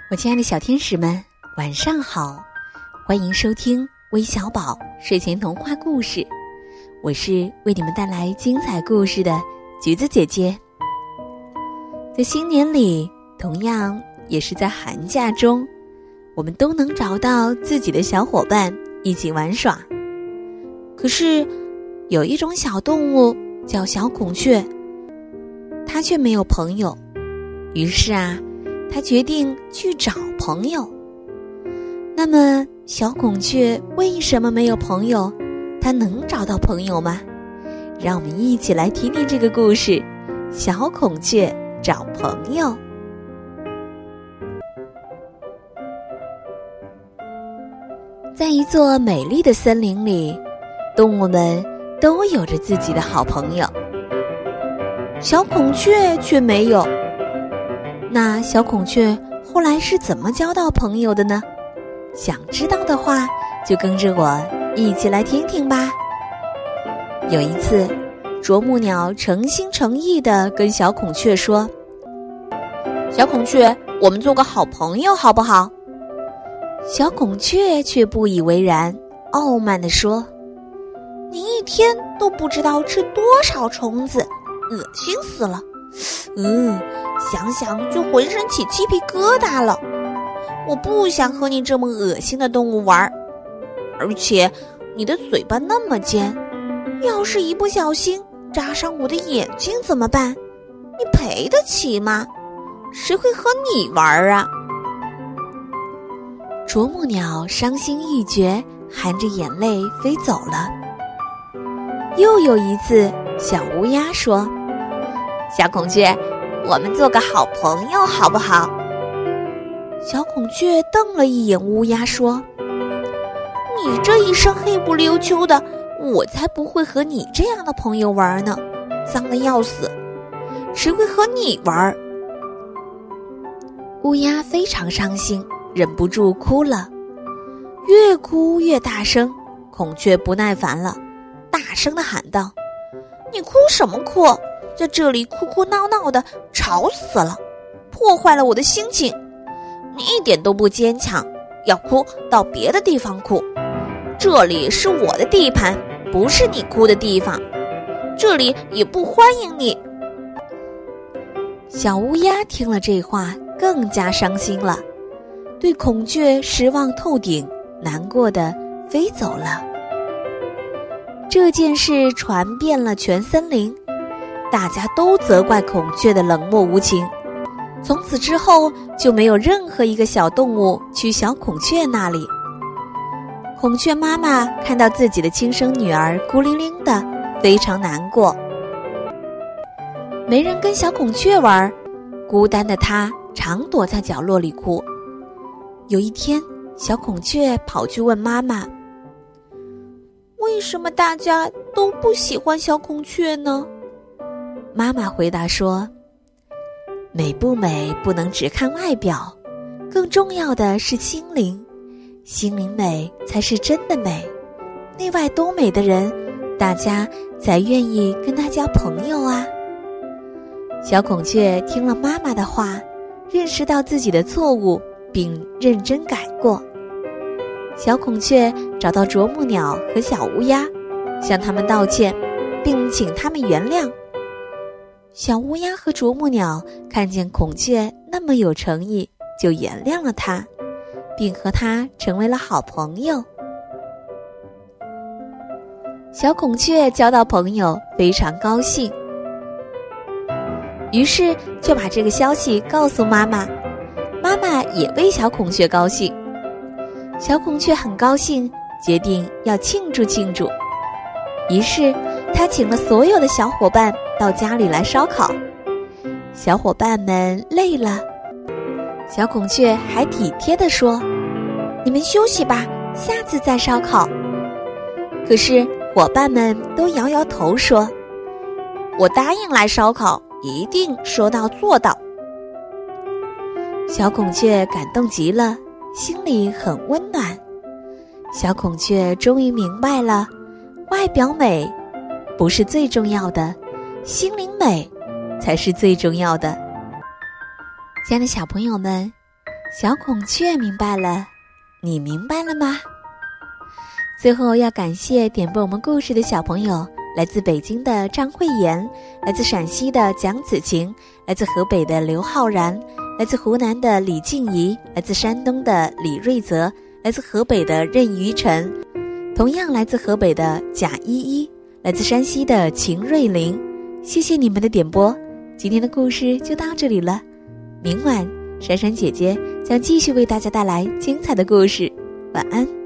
我亲爱的小天使们，晚上好，欢迎收听微小宝睡前童话故事，我是为你们带来精彩故事的橘子姐姐。在新年里，同样也是在寒假中，我们都能找到自己的小伙伴一起玩耍。可是有一种小动物叫小孔雀，它却没有朋友，于是他决定去找朋友。那么小孔雀为什么没有朋友？它能找到朋友吗？让我们一起来听听这个故事，小孔雀找朋友。在一座美丽的森林里，动物们都有着自己的好朋友，小孔雀却没有。那小孔雀后来是怎么交到朋友的呢？想知道的话，就跟着我一起来听听吧。有一次，啄木鸟诚心诚意地跟小孔雀说：“小孔雀，我们做个好朋友好不好？”小孔雀却不以为然，傲慢地说：“你一天都不知道吃多少虫子，恶心死了。想想就浑身起鸡皮疙瘩了。我不想和你这么恶心的动物玩，而且你的嘴巴那么尖，要是一不小心扎伤我的眼睛怎么办？你赔得起吗？谁会和你玩啊？”啄木鸟伤心欲绝，含着眼泪飞走了。又有一次，小乌鸦说：“小孔雀，我们做个好朋友好不好？”小孔雀瞪了一眼乌鸦说：“你这一身黑不溜秋的，我才不会和你这样的朋友玩呢，脏得要死，谁会和你玩？”乌鸦非常伤心，忍不住哭了，越哭越大声。孔雀不耐烦了，大声地喊道：“你哭什么哭？在这里哭哭闹闹的，吵死了，破坏了我的心情。你一点都不坚强，要哭到别的地方哭。这里是我的地盘，不是你哭的地方，这里也不欢迎你。”小乌鸦听了这话，更加伤心了，对孔雀失望透顶，难过的飞走了。这件事传遍了全森林，大家都责怪孔雀的冷漠无情。从此之后，就没有任何一个小动物去小孔雀那里。孔雀妈妈看到自己的亲生女儿孤零零的，非常难过。没人跟小孔雀玩，孤单的她常躲在角落里哭。有一天，小孔雀跑去问妈妈：“为什么大家都不喜欢小孔雀呢？”妈妈回答说：“美不美不能只看外表，更重要的是心灵，心灵美才是真的美，内外都美的人，大家才愿意跟他交朋友啊。”小孔雀听了妈妈的话，认识到自己的错误，并认真改过。小孔雀找到啄木鸟和小乌鸦，向他们道歉，并请他们原谅。小乌鸦和啄木鸟看见孔雀那么有诚意，就原谅了他，并和他成为了好朋友。小孔雀交到朋友，非常高兴，于是就把这个消息告诉妈妈，妈妈也为小孔雀高兴。小孔雀很高兴，决定要庆祝庆祝。于是他请了所有的小伙伴到家里来烧烤。小伙伴们累了，小孔雀还体贴地说：“你们休息吧，下次再烧烤。”可是伙伴们都摇摇头说：“我答应来烧烤，一定说到做到。”小孔雀感动极了，心里很温暖。小孔雀终于明白了，外表美不是最重要的，心灵美才是最重要的。亲爱的小朋友们， 小孔雀明白了，你明白了吗？最后要感谢点播我们故事的小朋友，来自北京的张慧妍，来自陕西的蒋子晴，来自河北的刘浩然，来自湖南的李静怡，来自山东的李瑞泽，来自河北的任于晨，同样来自河北的贾依依，来自山西的秦瑞玲。谢谢你们的点播，今天的故事就到这里了。明晚珊珊姐姐将继续为大家带来精彩的故事，晚安。